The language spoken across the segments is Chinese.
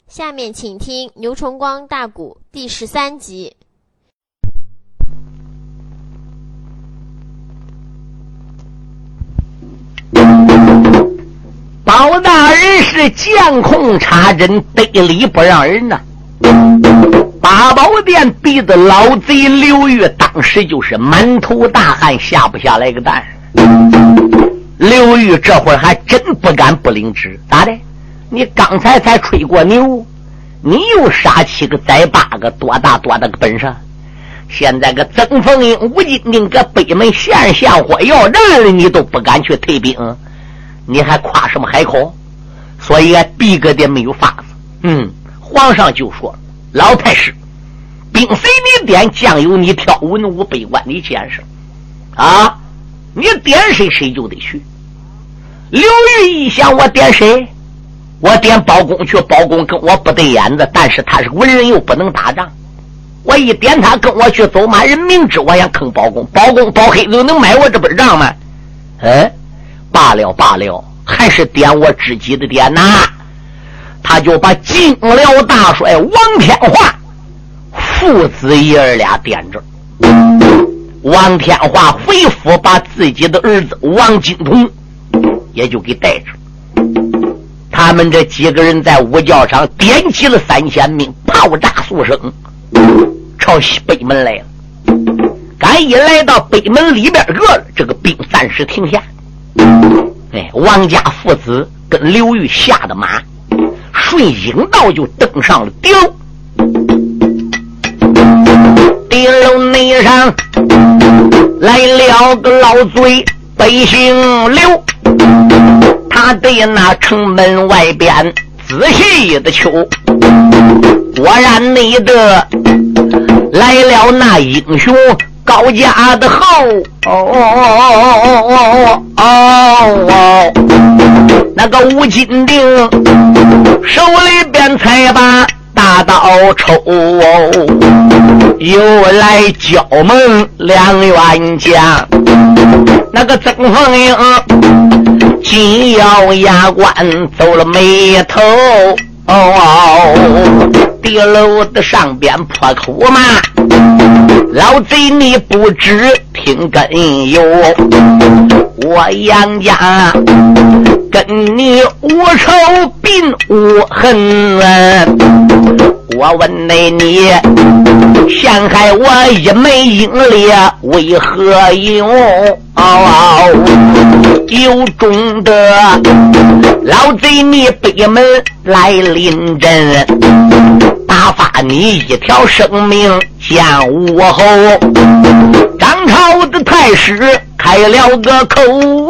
下面请听牛崇光大鼓第13集。 包大人是将控插针，得理不让人呐。八宝殿逼得老贼刘玉当时就是满头大汗，下不下来个蛋。刘玉这会儿还真不敢不领旨，咋的？你刚才吹过牛，你又杀7个宰8个，多大个本事？现在个曾凤英、吴金定搁北门县下火要人了，你都不敢去退兵，你还夸什么海口？所以逼个的没有法子。皇上就说：老太师，兵随你点，将由你挑，文武百官你见识啊！你点谁谁就得去。刘裕一想，我点谁？我点包公去，包公跟我不对眼子，但是他是文人又不能打仗。我一点他跟我去走马，人明知我想坑包公，包公包黑子能买我这本账吗？罢了，还是点我知己的点呐。他就把进辽大帅王天化父子爷儿俩点着。王天化回府把自己的儿子王金童也就给带着。他们这几个人在五教场点起了3000兵，炮炸速声，朝北门来了。刚一来到北门里边个了，这个兵暂时停下。王家父子跟刘裕下的马，顺影道就登上了敌楼。敌楼内上来了个老贼，北姓刘，他对那城门外边仔细的瞅，果然内的来了那英雄高家的后，那个吴金定手里边才把大刀抽，又来交盟2员将，那个曾凤英紧咬牙关走了眉头，地楼的上边破口嘛，老贼你不知听根由，我杨家跟你无仇并无恨，我问你陷害我一枚英烈为何用？有中的老贼你北门来临阵，打发你一条生命见武后。张朝的太师开了个口，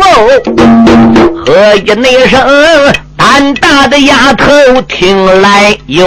何以那声胆大的丫头听来有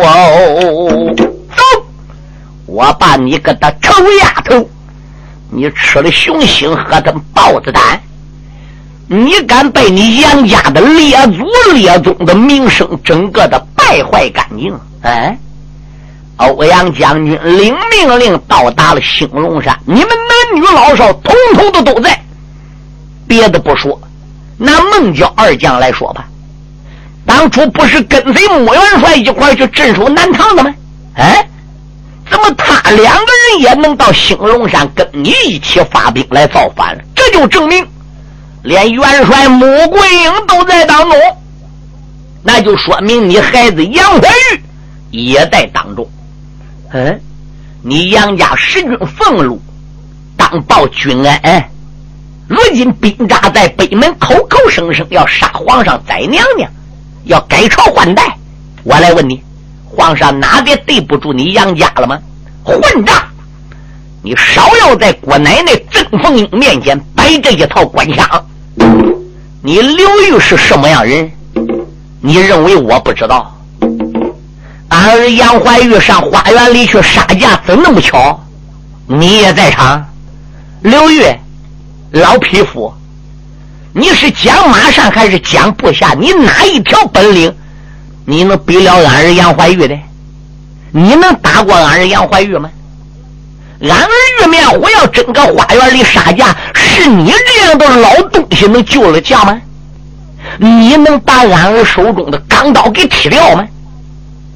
走，我把你个的臭丫头，你吃了熊心喝的豹子胆，你敢被你杨家的列祖列宗的名声整个的败坏干净？欧阳将军领命令到达了兴隆山，你们男女老少统统的都在。别的不说，拿孟郊2将来说吧，当初不是跟随穆元帅一块去镇守南唐的吗？怎么他2个人也能到兴隆山跟你一起发兵来造反了？这就证明连元帅穆桂英都在当中，那就说明你孩子杨怀玉也在当中。你杨家10军俸禄当报君安，如今兵扎在北门，口口声声要杀皇上宰娘娘，要改朝换代。我来问你，皇上哪点对不住你杨家了吗？混账！你少要在郭奶奶曾凤英面前摆这一套官腔。你刘裕是什么样人？你认为我不知道？俺儿杨怀玉上花园里去杀价，怎那么巧？你也在场。刘裕老匹夫，你是讲马上还是讲部下？你哪一条本领你能比了俺儿杨怀玉的？你能打过俺儿杨怀玉吗？俺儿玉面虎要整个花园里杀价，是你这样的老东西能救了驾吗？你能把俺儿手中的钢刀给踢掉吗？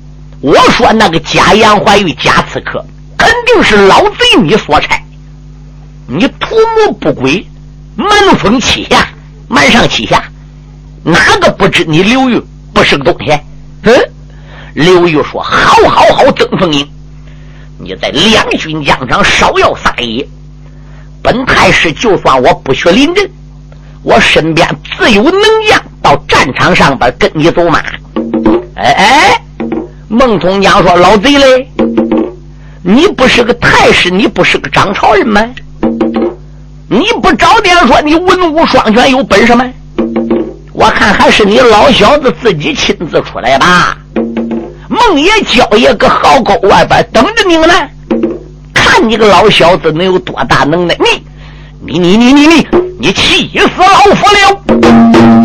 我说那个假杨怀玉假刺客肯定是老贼你所差，你图谋不轨，瞒风欺下，瞒上欺下，哪个不知你刘玉不是个东西？刘玉说：好，曾凤英，你在两军疆场稍要撒野，本太师就算我不去临阵，我身边自有能将到战场上边跟你走马。孟通江说：老贼嘞，你不是个太师，你不是个掌朝人吗？你不早点说你文武双全有本事吗？我看还是你老小子自己亲自出来吧。孟爷焦爷搁壕沟外边等着你们呢，看你个老小子能有多大能耐！你气死老夫了！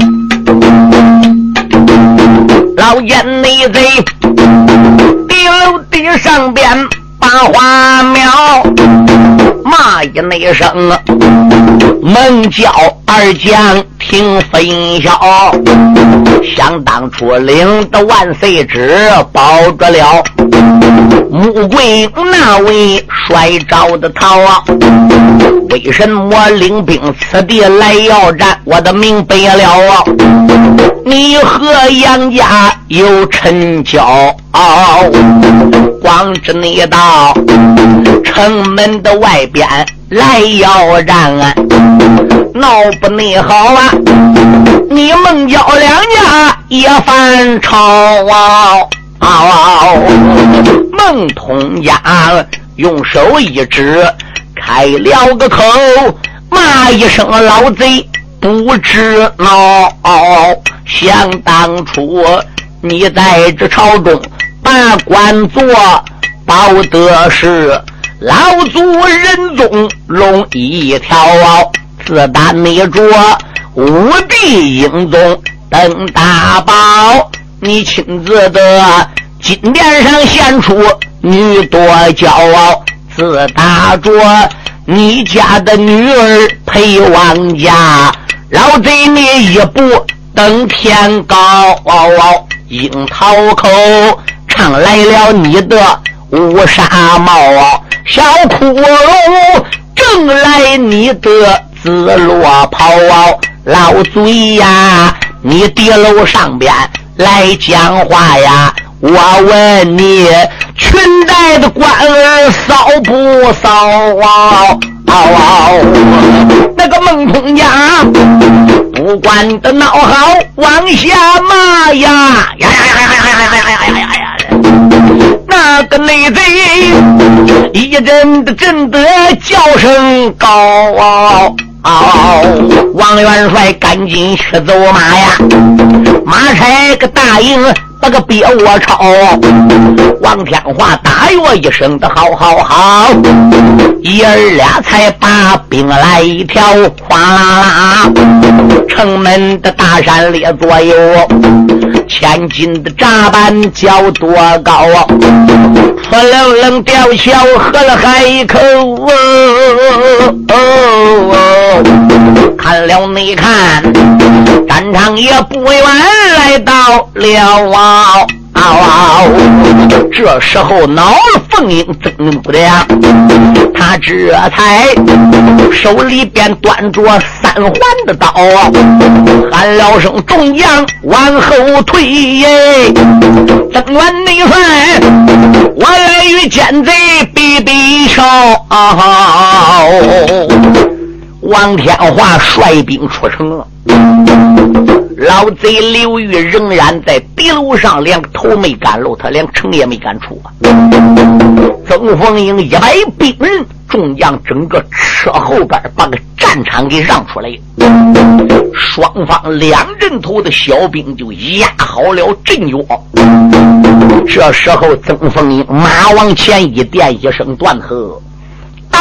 老奸内贼，地楼地上边把花苗，骂一那声，孟教二将听分晓。想当初领的万岁旨，保着了穆桂那位摔招的逃啊！为什么领兵此地来要战？我的明白了啊！你和杨家有陈骄傲，光知你到城门的外边来要战啊！闹不内好啊！你孟教两家也犯吵啊！孟通家用手一指，开了个口，骂一声老贼不知恼。想当初你在这朝中把官做，保得是老祖仁宗龙一条，自打你着武帝英宗登大宝，你亲自的金殿上献出女多骄傲，自打着你家的女儿陪王家，老贼你一步登天高，樱桃口唱来了你的乌纱帽，小骷髅正来你的紫罗袍，老贼呀你地楼上边来讲话呀，我问你裙带的官儿骚不骚那个孟通家不管的闹好往下骂呀，那个内贼一阵的震得叫声高王元帅赶紧去走马呀，马差个大营那个别我抄，王天华大约一声的好，一儿俩才把兵来一条，哗啦啦，城门的大山列左右，1000斤的闸板叫多高扑棱棱吊桥喝了海一口看了你看战场也不远来到了这时候恼了凤英真不良，他这才手里边端着3环的刀，喊了声众将往后退耶，增援内帅我来与奸贼比手王天华率兵出城了，老贼刘玉仍然在敌楼上，连头没敢露，他连城也没敢出曾凤英100兵人，众将整个车后边把个战场给让出来，双方2阵头的小兵就压好了阵脚。这时候曾凤英马往前一点，一声断喝，大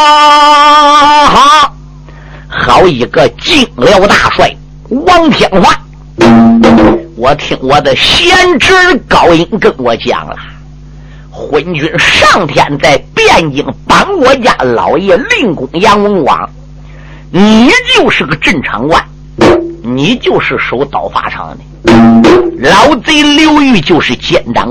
好一个进辽大帅王天华，我听我的贤侄高音跟我讲了，昏君上天在汴京帮我家老爷令公杨文王，你就是个镇场官，你就是守刀法场的，老贼刘玉就是监斩官，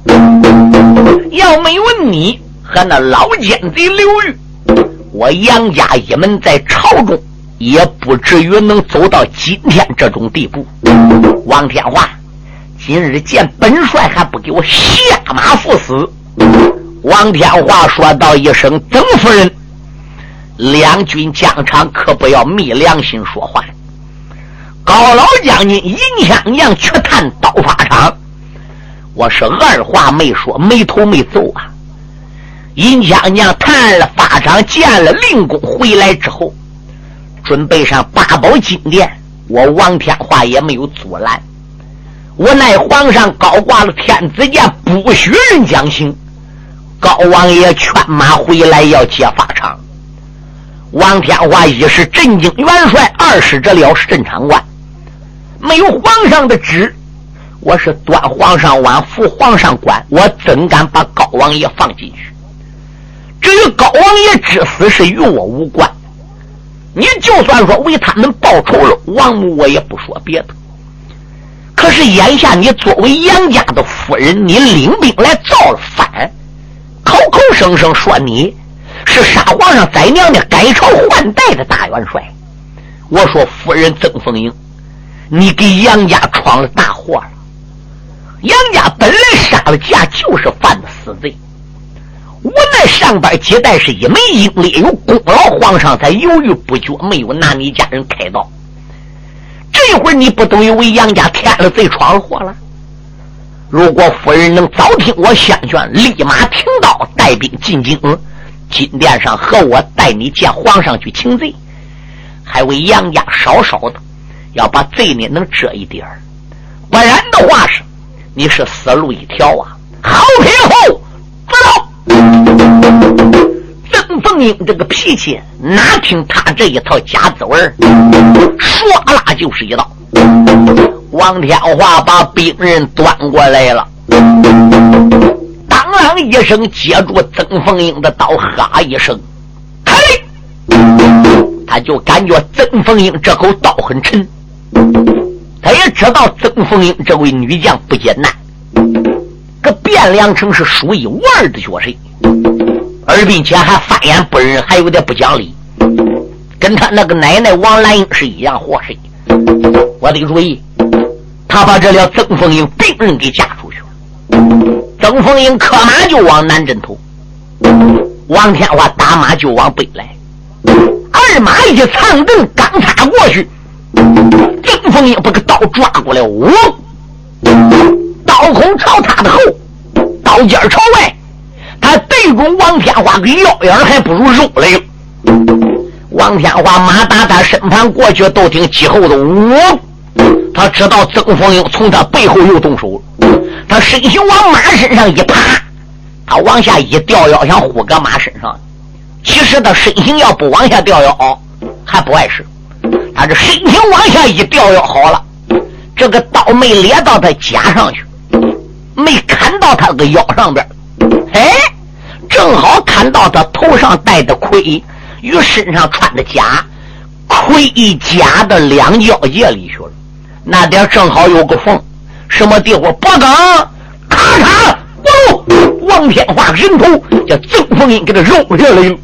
要没有你和那老奸贼刘裕，我杨家一门在朝中也不至于能走到今天这种地步。王天华，今日见本帅还不给我下马赴死！王天华说道一声：“曾夫人，两军疆场可不要昧良心说话。高老将军银枪娘去探刀法场，我是二话没说，没头没奏啊。银枪娘探了法场，见了令公回来之后，准备上八宝金殿，我王天华也没有阻拦。我乃皇上高挂了天子剑，不许人将行。高王爷劝马回来要接法场。王天华一是镇京元帅，二是这了镇场官，没有皇上的旨，我是端皇上碗，扶皇上官，我怎敢把高王爷放进去？至于高王爷之死是与我无关，你就算说为他们报仇了，王母我也不说别的。可是眼下你作为杨家的夫人，你领兵来造了反，口口声声说你是杀皇上宰娘娘改朝换代的大元帅。我说夫人曾凤英，你给杨家闯了大祸了。杨家本来杀了驾就是犯的死罪，我那上边接待是一枚英烈有功劳，皇上才犹豫不决，没有拿你家人开刀。这会儿你不等于为杨家添了罪闯了祸了？如果夫人能早听我相劝，立马停刀带兵进京，金殿上和我带你见皇上去请罪，还为杨家少少的要把罪孽能遮一点儿，不然的话是你是死路一条啊！好皮后知道曾凤英这个脾气哪听他这一套假滋味，唰啦就是一刀。王天华把兵刃端过来了，当啷一声接住曾凤英的刀，哈一声开，他就感觉曾凤英这口刀很沉，他也知道曾凤英这位女将不简单，这汴梁城是数一无二的绝世，而并且还翻眼不仁，还有点不讲理，跟他那个奶奶王兰英是一样活事。我得注意，他把这了曾凤英兵刃给架出去了，曾凤英磕马就往南镇头，王天华打马就往北来，二马一藏蹬刚插过去，曾凤英把个刀抓过来，我刀孔朝他的后，刀尖朝外，他对准王天华个腰眼还不如肉来了。王天华马打他身旁过去，都听几后的我，他知道曾凤英从他背后又动手了，他身形往马身上一爬，他往下一掉腰想护个马身上，其实他身形要不往下掉腰还不碍事，他这身形往下一掉腰好了，这个刀没咧到他甲上去，没砍到他个腰上边，正好砍到他头上戴的盔与身上穿的甲，盔甲的两交界里去了，那点正好有个缝，什么地方？脖梗，咔嚓，王天华人头叫曾凤英给他揉下来了。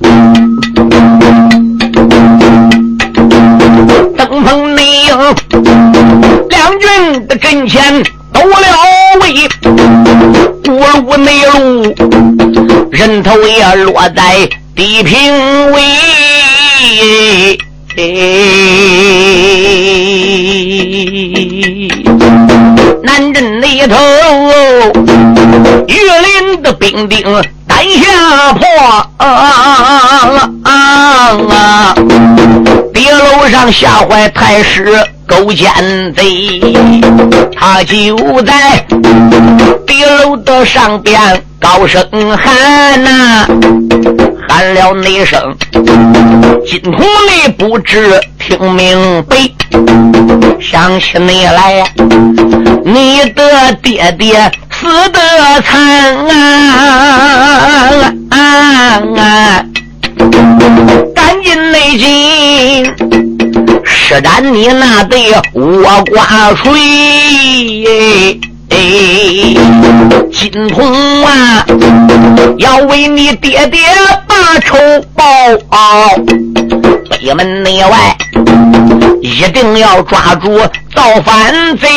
曾凤英两军的阵前斗了位，不入内路，人头也落在地平位。南镇里头玉林的兵丁胆下破别楼上吓坏太师勾奸贼，他就在别楼的上边高声喊喊了那声，金童里不知听明白，想起你来你的爹爹死得惨赶紧内进施展你那对倭瓜锤金童啊，要为你爹爹把仇报，北门内外一定要抓住造反贼。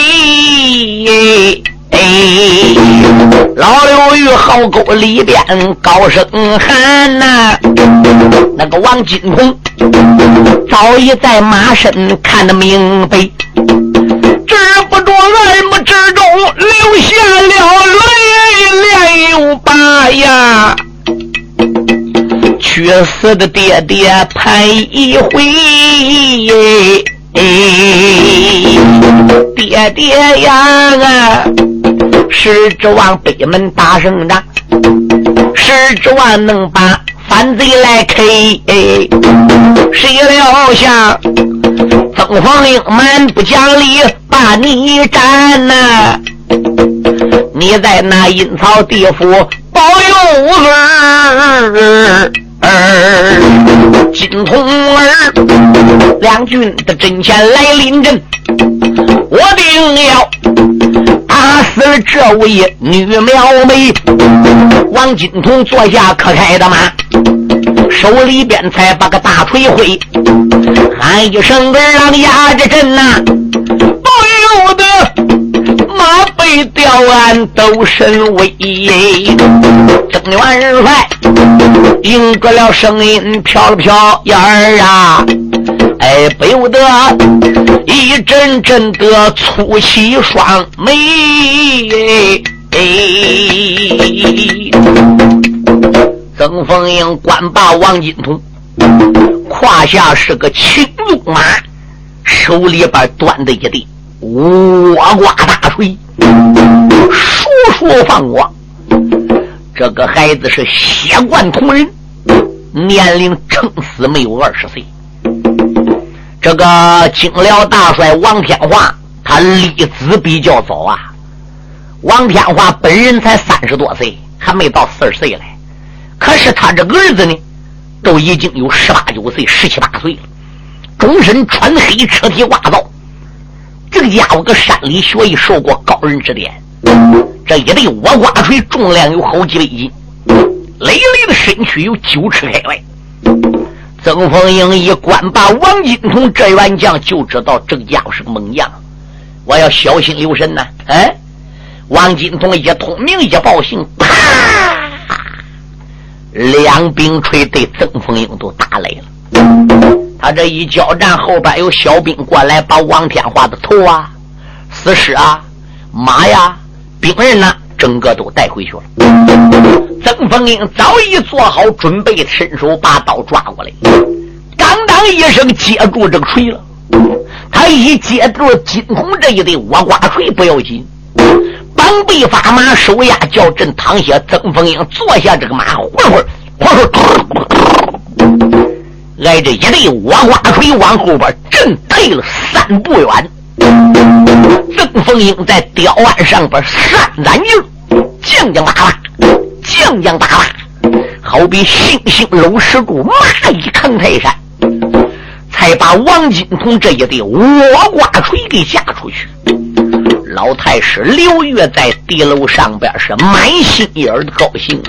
老刘玉壕沟里边高声喊呐，那个王金童早已在马身看得明白，止不住耳目之中流下了泪，连又把呀去死的爹爹盼一回。爹爹呀，是指望北门打胜仗，是指望能把反贼来 K。 谁料想曾凤英蛮不讲理，把你斩呐！你在那阴曹地府保佑金童儿两军的阵前来临阵，我定要打死了这位女苗妹。王金童坐下可开的马，手里边才把个大锤挥，喊一声儿郎压着阵呐，保佑的马背吊鞍都神威。曾元帅应着了声音飘了飘眼儿啊，不由得一阵阵的粗起双眉。曾凤英官把王金童，胯下是个青龙马，手里边端的一对倭瓜大锤，叔叔放光。这个孩子是血贯同人，年龄撑死没有20岁。这个京辽大帅王天华他立子比较早啊，王天华本人才30多岁，还没到40岁来，可是他这个儿子呢都已经有18、19岁、17、18岁了，终身穿黑，车体袜造。这个家伙搁山里学艺，受过高人指点，这一对倭瓜锤重量有好几百斤，累累的身躯有9尺开外。曾凤英一观把王金童这员将，就知道这个家伙是个猛将，我要小心留神呐。王金童一通名一报信，啪，两柄锤对曾凤英都打来了。他这一交战，后边有小兵过来，把王天华的头啊、死尸啊、马呀、兵人呐，整个都带回去了。曾凤英早已做好准备，伸手把刀抓过来，刚当一声接住这个锤了。他一接住金童这一对倭瓜锤不要紧，绑背发马，手压叫阵躺下。曾凤英坐下这个马，混混挨着一对倭瓜锤往后边震退了3步远。曾凤英在吊腕上边3攒劲，将将打啦，将将打啦，好比星星搂石柱，蚂蚁扛泰山，才把王金童这一对倭瓜锤给架出去。老太师刘月在地楼上边是满心眼的高兴。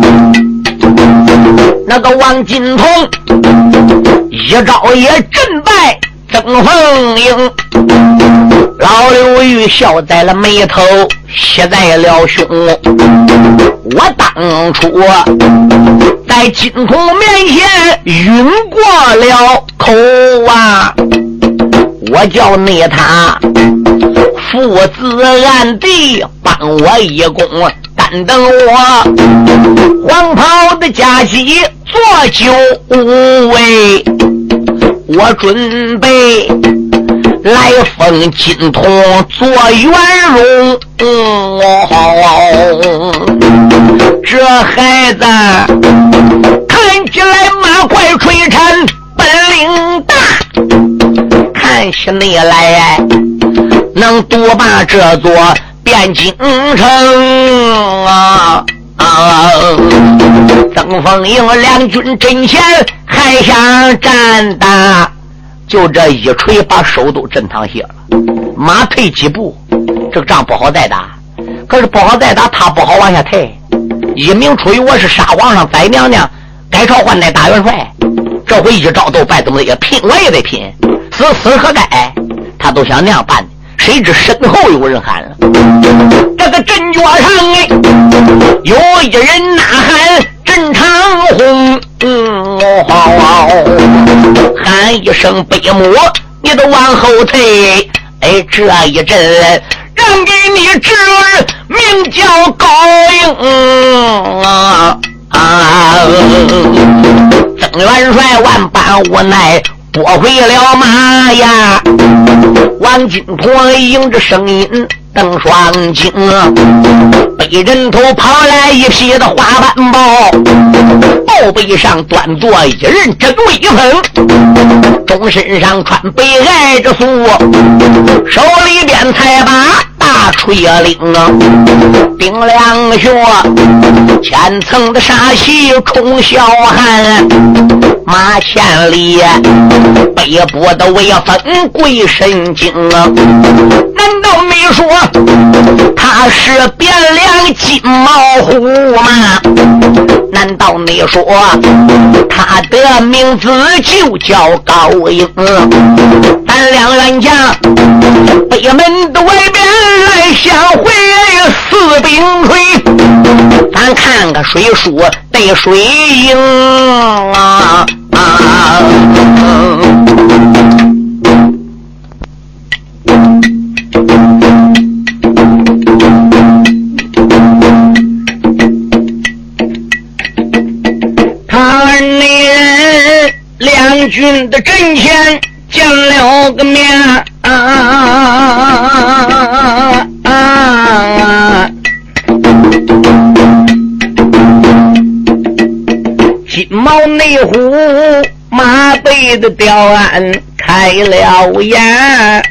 那个王金童一招也阵败曾凤英，老刘玉笑在了眉头，写在了胸。我当初在金童面前晕过了口啊，我叫那他父子暗地帮我一功，但等我黄袍的佳期做酒味，我准备来封金童做元荣。这孩子看起来马快吹产，本领大，看起来能独霸这座汴京城啊！曾凤英两军阵前还想战打，就这一锤把手都震淌血了。马退几步，这个仗不好再打。 可是不好再打，他不好往下抬。一名出于我是杀皇上宰娘娘，改朝换代大元帅，这回一朝斗败怎么也拼，我也得拼，死何该？他都想那样办，谁知身后有人喊了。这个阵脚上有一人呐喊郑长虹，喊一声北母，你都往后退。哎，这一阵让给你侄儿名叫高英曾元帅万般无奈拨回了马呀，王金陀迎着声音瞪双睛，北人头跑来一匹的花斑豹，豹背上端坐一人真威风，中身上穿北挨着素，手里边才把大锤领顶两穴，千层的杀气冲霄汉，马千里背部的威风鬼神经，难道没说他是汴梁金毛虎吗？难道没说他的名字就叫高英？咱两员将北门的外边来相会，四柄锤咱看个谁输得谁赢啊！他二内人两军的阵前见了个面金毛内虎马背的吊鞍开了眼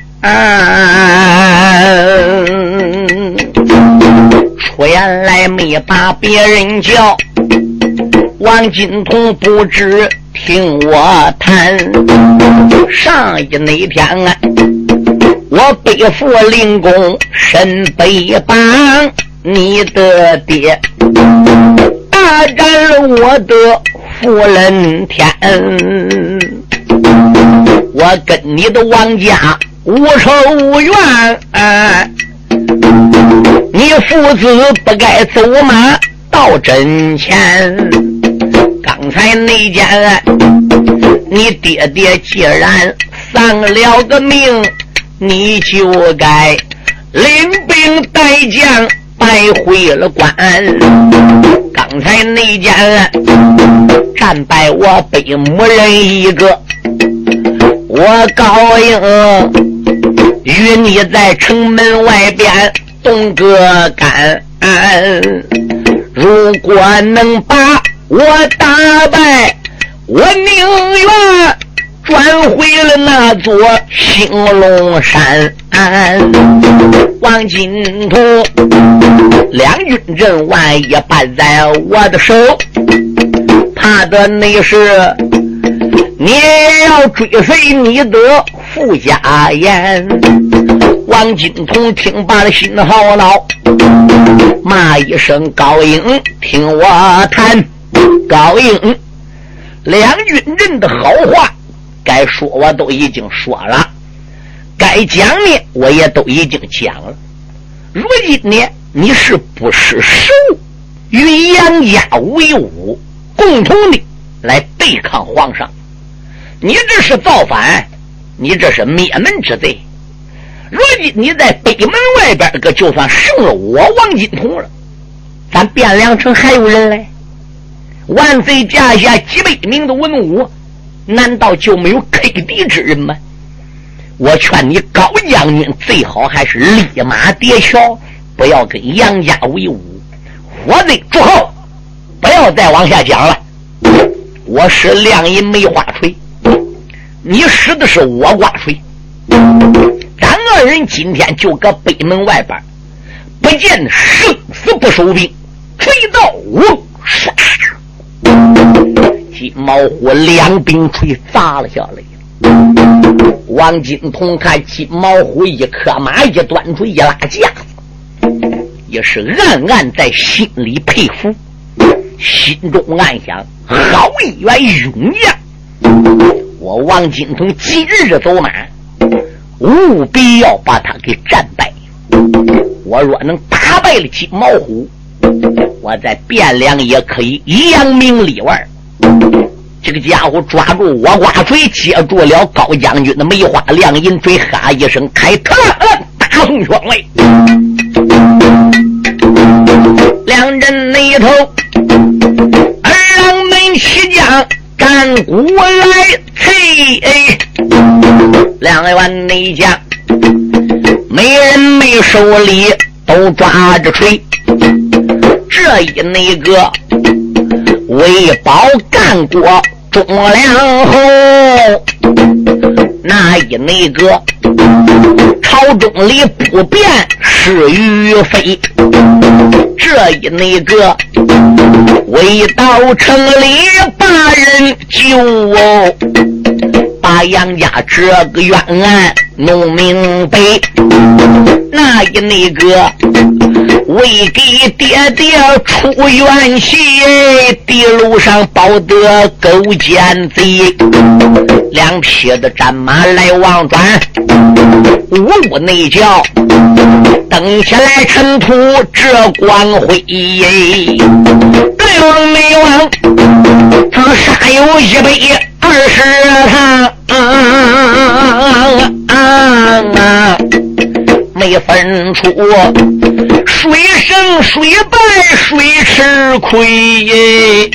出言来没把别人叫，王金童不知听我谈。上一那天我背负灵弓身背绑，你的爹大战了我的夫人天，我跟你的王家无仇无怨你父子不该走马到阵前。刚才那件你爹爹既然丧了个命，你就该领兵带将带回了关。刚才那件战败我北母人一个，我高英与你在城门外边动个杆，如果能把我打败，我宁愿转回了那座兴隆山。王金童两军阵万一败在我的手，怕的那是你也要追随你的傅家言。王金童听罢了心好恼，骂一声高英听我谈。高英两军人的好话该说我都已经说了，该讲呢我也都已经讲了。如今呢你是不识时务，与杨家为伍，共同的来对抗皇上，你这是造反，你这是灭门之罪。如今你在北门外边可就算胜了我王金童了，咱汴梁城还有人来，万岁驾下几百名的文武，难道就没有克敌之人吗？我劝你高将军最好还是立马叠桥，不要跟杨家为伍，否则诸侯不要再往下讲了。我使亮银梅花锤，你使的是倭瓜锤，咱二人今天就搁北门外边，不见生死不收兵，锤到我杀。金毛虎两柄锤砸了下来。王金童看金毛虎一磕马一端锤一拉架子， 也是暗暗在心里佩服，心中暗想：好一员勇将！我王金童今日走马，务必要把他给战败。我若能打败了金毛虎，我在汴梁也可以扬名立万。这个家伙抓住我挂锤，接住了高将军的梅花亮银锤，哈一声开特大宋双位，两人那头二郎门起将战鼓来催，两员内将没人没手里都抓着锤，这一那个为保干过忠良后，那一那个朝中里不变是与非，这一那个为到城里把人救哦，把杨家这个冤案弄明白，那一那个为给爹爹出冤气，地路上保得勾践贼，两匹的战马来往转，五内教登起来尘土这光辉，对王内王他杀有120趟，没分出谁胜谁败谁吃亏，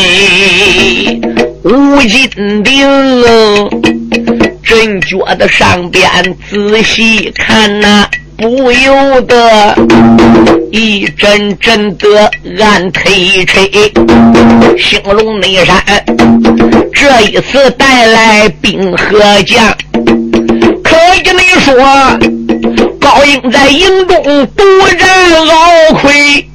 吴金鼎真觉得上边仔细看呐，不由得一阵阵的暗推吹，兴隆内山这一次带来兵和将，可以你说高英在营中独占鳌盔，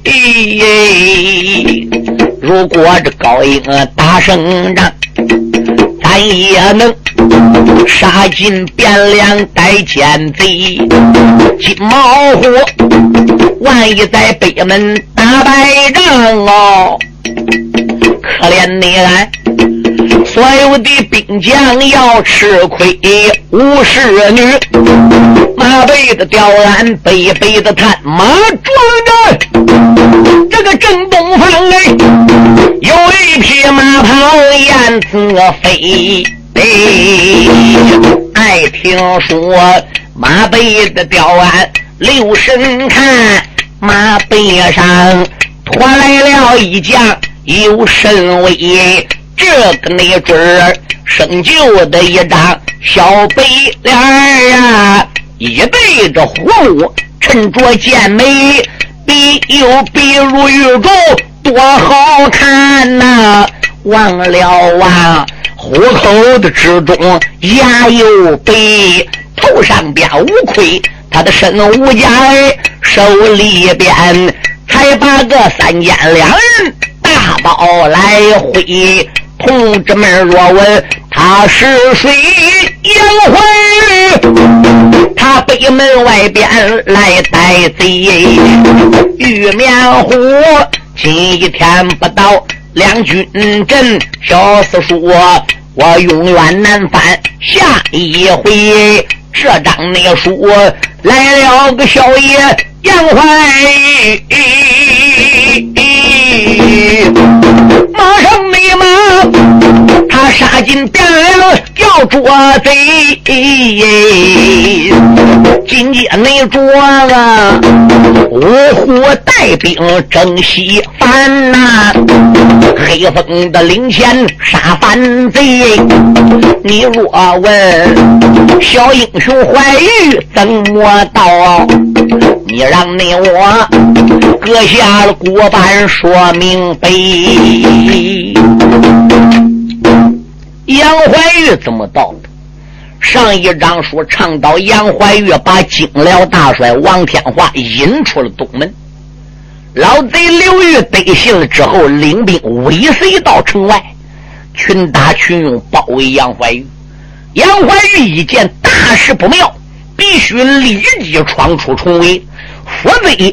如果这高英打胜仗，咱也能杀进汴梁带奸贼，金毛虎万一在北门打败仗哦，可怜你来所有的兵将要吃亏，无侍女马背的吊鞍，背背的探马装着这个正东方哎，有一匹马跑燕子飞，爱听说马背的吊鞍留神看，马背上驮来了一将有神威，这个那准儿生就的一张小背脸啊，一对着葫芦衬着健美，比如玉柱多好看呐，忘了望虎口的之中牙有背，头上边无盔，他的身无甲，手里边才把个3尖2刃大刀来挥，同志们若问他是谁，杨怀他北门外边来带贼，玉面虎今一天不到2军阵，小厮说我永远难翻下一回，这张那书来了个小爷杨怀马上没马他杀进汴梁要捉贼，今夜内捉了五虎带兵征西番呐，黑风的领前杀番贼，你若问小英雄怀玉怎么到，你让你我搁下了锅板说明白。杨怀玉怎么到的？上一章说倡导杨怀玉把京辽大帅王天华引出了东门，老贼刘裕得信了之后，领兵尾随到城外，群打群用包围杨怀玉。杨怀玉一见大事不妙，必须立即闯出重围，否则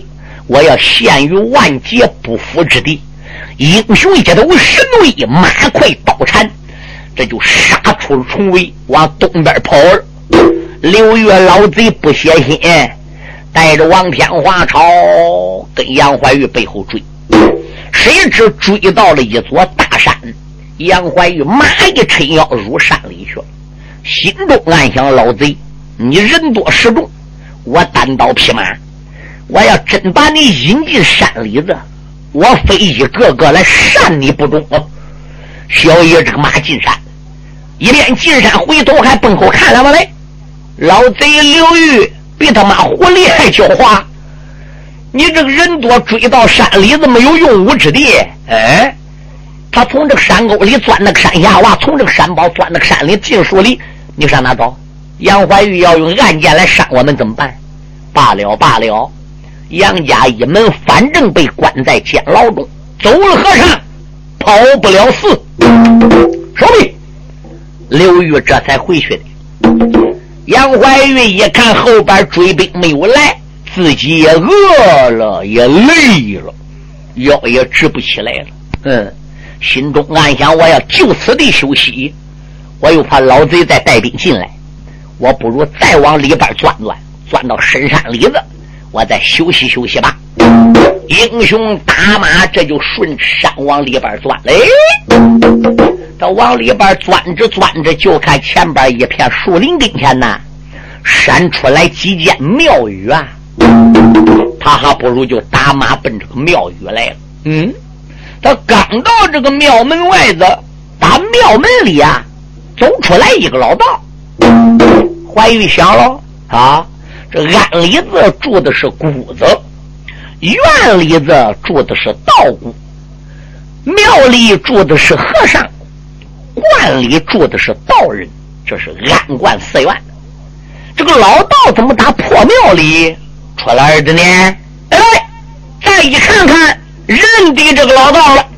我要陷于万劫不复之地。英雄一头神威，马快刀缠，这就杀出重围，往东边跑儿。刘越老贼不歇心，带着王天华朝跟杨怀玉背后追，谁知追到了一座大山，杨怀玉马一抻腰入山里去了。心中暗想：老贼，你人多势众，我单刀匹马，我要真把你引进山里子，我非一个个来扇你不中。小爷这个马进山，一边进山回头还奔后看了吗？嘞，老贼刘玉比他妈狐狸还狡猾，你这个人多追到山里子没有用武之地。哎，他从这个山沟里钻那个山下挖，从这个山包钻那个山里进树里，你上哪找？杨怀玉要用暗箭来伤我们怎么办？罢了罢了，杨家一门反正被关在监牢中，走了和尚跑不了寺。手臂刘玉这才回去的。杨怀玉一看后边追兵没有来，自己也饿了也累了，腰也直不起来了。心中暗想：我要就此地休息，我又怕老贼再带兵进来，我不如再往里边钻到深山里子，我再休息休息吧。英雄打马这就顺山往里边钻了。他往里边钻着，就看前边一片树林跟前呐，闪出来几间庙宇啊。他还不如就打马奔这个庙宇来了。他刚到这个庙门外子，打庙门里啊走出来一个老道。怀玉想了啊，这庵里子住的是姑子，院里子住的是道姑，庙里住的是和尚，观里住的是道人，这是安观寺院。这个老道怎么打破庙里出来的呢？哎，再一看看，认得这个老道了。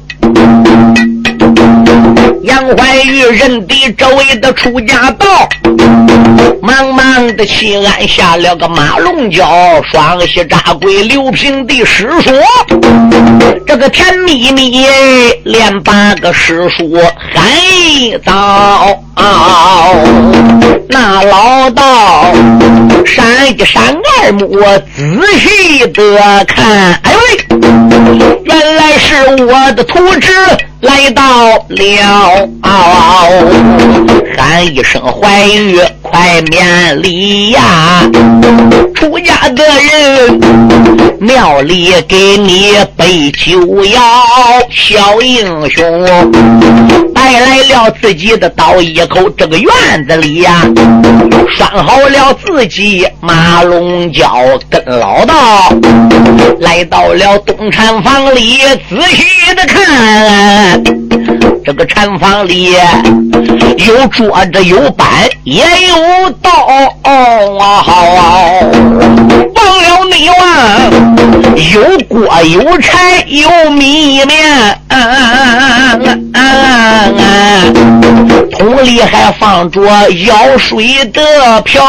杨怀玉认得周围的出家道，忙忙的起按下了个马龙脚，双膝扎跪刘平的师叔。这个甜蜜蜜连8个师叔喊早。那老道闪一闪二目，仔细的看，哎喂，原来是我的徒侄来到了。喊一声怀玉快免礼呀，出家的人庙里给你备酒药，小英雄带来了自己的刀一口，这个院子里呀拴好了自己马龙脚，跟老道来到了东禅房里，仔细的看，这个禅房里有桌子有板也有刀，忘了内忘，有锅有柴有米面，桶里还放着舀水的瓢。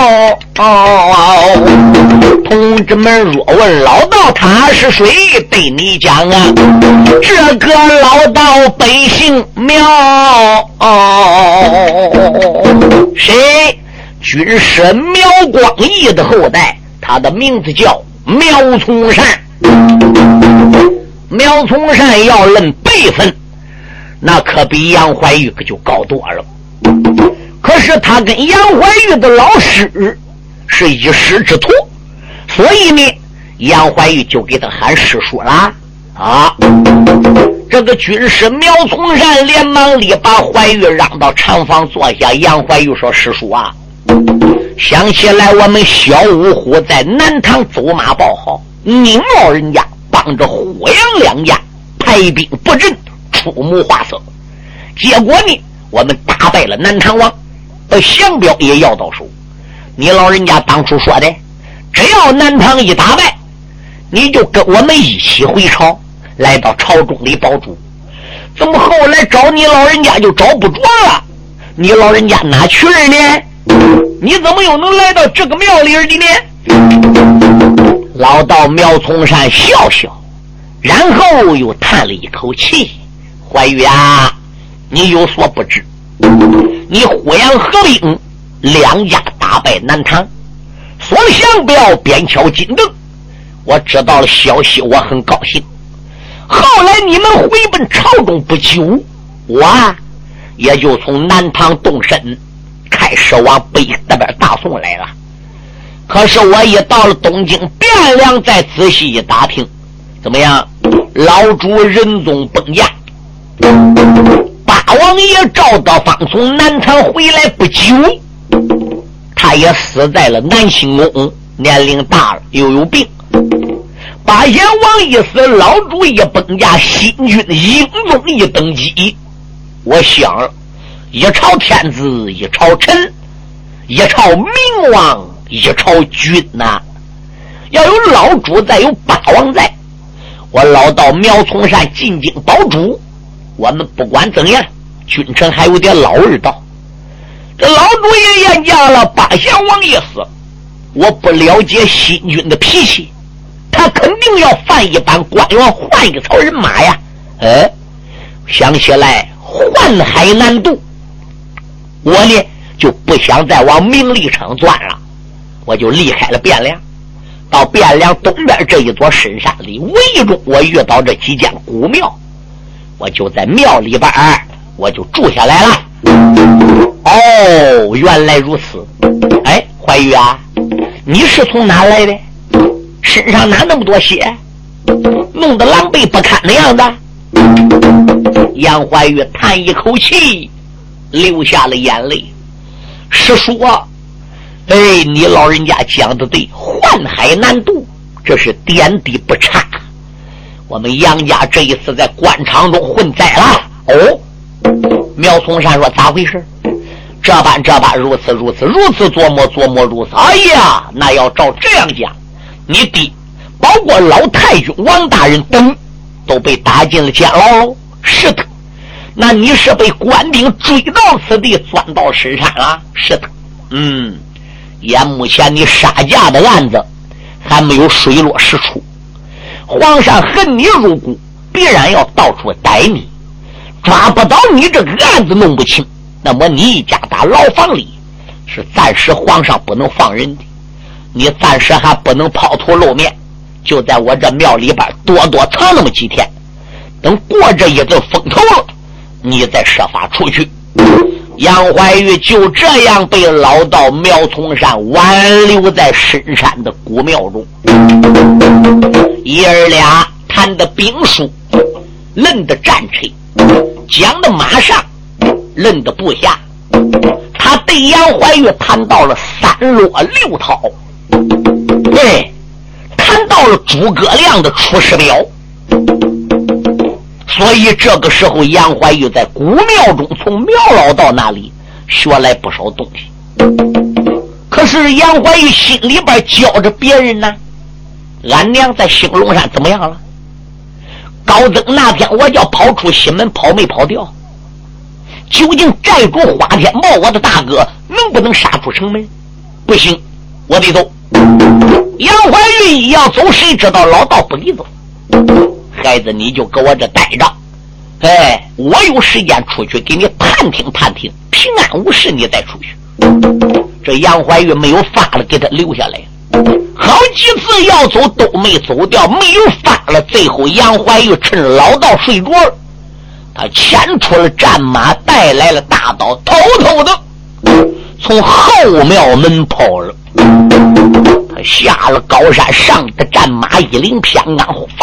同志们若问老道他是谁，对你讲啊，这个老道本姓苗，谁？军师苗光义的后代，他的名字叫苗从善。苗从善要论辈分，那可比杨怀玉可就高多了。可是他跟杨怀玉的老师是一师之徒，所以呢杨怀玉就给他喊师叔啦。这个军师苗从善连忙里把怀玉让到长房坐下。杨怀玉说：师叔啊，想起来我们小五虎在南唐走马报号，你老人家帮着虎阳两家派兵布阵，出谋划策，结果呢我们打败了南唐王，降彪也要到手。你老人家当初说的，只要南唐一打败，你就跟我们一起回朝，来到朝中里保主。怎么后来找你老人家就找不着了？你老人家哪去了呢？你怎么又能来到这个庙里的呢？ 老道苗从山笑笑，然后又叹了一口气：“怀玉啊，你有所不知，你虎阳合兵，两家打败南唐，双降标，边敲金镫。我知道了消息，我很高兴。后来你们回奔朝中不久，我也就从南唐动身，开始往北那边大宋来了。可是我一到了东京汴梁，再仔细一打听，怎么样？老主仁宗崩驾，八王爷赵德芳从南唐回来不久，他也死在了南兴宫，年龄大了又有病。八贤王一死，老主一崩驾，新君英宗一登基。我想了，一朝天子一朝臣，一朝明王一朝君呐，要有老主再有八王在，我老道苗从山进京保主，我们不管怎样，君臣还有点老二道。这老主也验驾了，八贤王一死，我不了解新君的脾气，他肯定要犯一般官员，换一草人马呀。想起来宦海难渡，我呢就不想再往名利场钻了，我就离开了汴梁，到汴梁东边这一座深山里，无意中我遇到这几间古庙，我就在庙里边我就住下来了。哦，原来如此。哎，怀玉啊，你是从哪来的？身上哪那么多血，弄得狼狈不堪的样子？杨怀玉叹一口气，流下了眼泪。师叔啊，你老人家讲的对，宦海难渡，这是点滴不差。我们杨家这一次在官场中混栽了。哦，苗从山说咋回事？这般如此琢磨如此。哎呀，那要照这样讲，你弟包括老太君王大人等都被打进了监牢喽。是的。那你是被官兵追到此地，钻到深山了？是的。眼目前你杀驾的案子还没有水落石出，皇上恨你入骨，必然要到处逮你，抓不到你这个案子弄不清，那么你一家打牢房里是暂时皇上不能放人的，你暂时还不能抛头露面，就在我这庙里边多藏那么几天，等过这一阵风头了，你再设法出去。杨怀玉就这样被老道苗从山挽留在深山的古庙中，爷儿俩谈的兵书，论的战锤，讲的马上，论的部下。他对杨怀玉谈到了三落六韬，对，谈到了诸葛亮的出师表。所以这个时候杨怀玉在古庙中从苗老道那里学来不少东西。可是杨怀玉心里边教着别人呢，俺娘在兴隆山怎么样了？高增那天我叫跑出西门，跑没跑掉？究竟寨主花天豹我的大哥能不能杀出城门？不行，我得走。杨怀玉一要走，谁知道老道不给走。孩子，你就搁我这待着，我有时间出去给你探听探听，平安无事你再出去。这杨怀玉没有发了，给他留下来，好几次要走都没走掉，没有发了。最后杨怀玉趁老道睡着了，他牵出了战马，带来了大刀，偷偷的从后庙门跑了。他下了高山，上的战马一领偏鞍，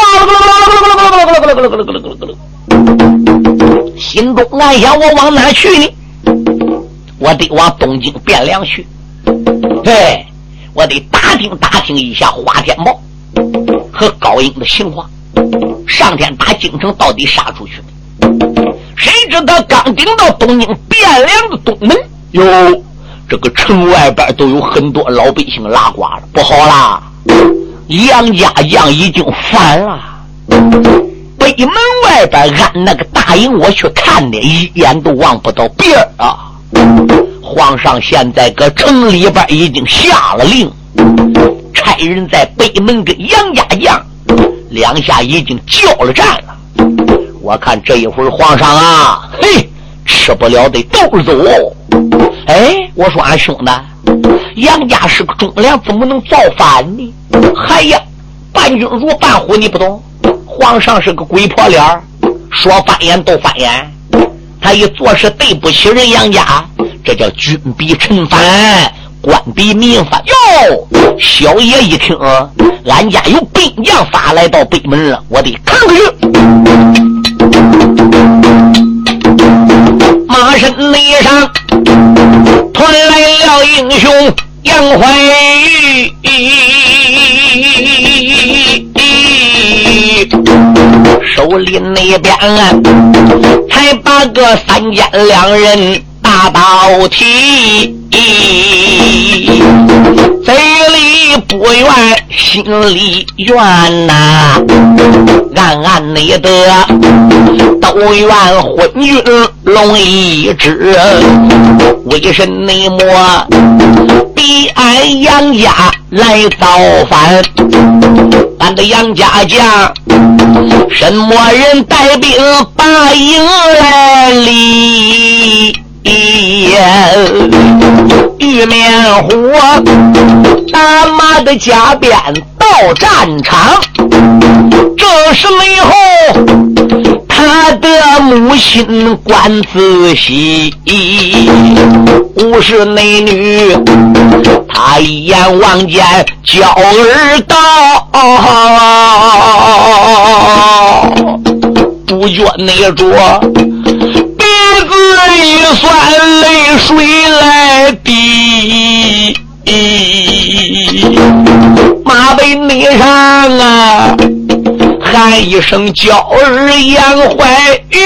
心中暗想：我往哪去呢？我得往东京汴梁去。我得打听打听一下花天豹和高英的情况。上天打京城到底杀出去了？谁知道刚顶到东京汴梁的东门，哟，这个城外边都有很多老百姓拉呱了，不好啦！杨家将已经反了。北门外边按那个大营我去看的，一眼都望不到边啊！皇上现在搁城里边已经下了令， 差人在北门跟杨家将两下已经交了战了。我看这一会儿皇上啊，嘿，吃不了得兜着走。哎，我说俺兄弟，杨家是个忠良，怎么能造反呢？嗨呀，伴君如伴虎，你不懂。皇上是个鬼婆脸，说翻眼都翻眼。他一做事对不起人杨家，这叫君比臣反，官比民反。哟，小爷一听，俺家有兵将发来到北门了，我得看看去。马身内上团来了英雄杨怀玉，手里那边才把个三尖两人大刀提，嘴里不愿心里怨呐，暗暗内的都怨昏君龙一只，为什内莫逼俺杨家来造反？俺的杨家将什么人带兵把营来立？玉面虎大马的加鞭到战场，这时以后他的母亲管仔细，无视内女，他一眼望见娇儿到，不觉内着鼻子一酸，泪水来滴，马背内上啊喊一声娇儿杨怀玉，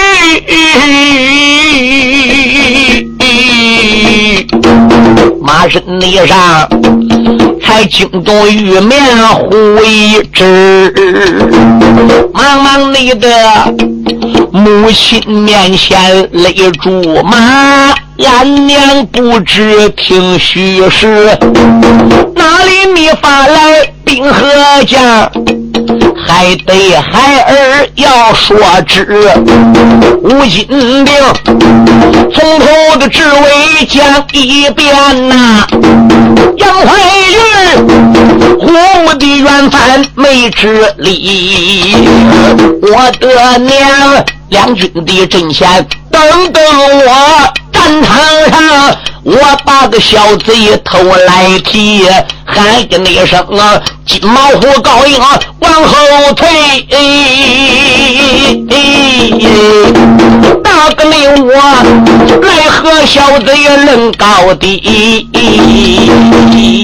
马身内上才惊动玉面虎一只，茫茫内的母亲面前勒住马，俺娘不知听虚实，哪里你发来兵和将，还得孩儿要说知。吴金兵从头的至尾讲一遍呐，杨怀玉虎的原反没知理，我的娘两军的阵前等等我，战场上我把个小贼头来提，喊一那声啊，金毛虎高英往后退，大个令我来和小贼论高低。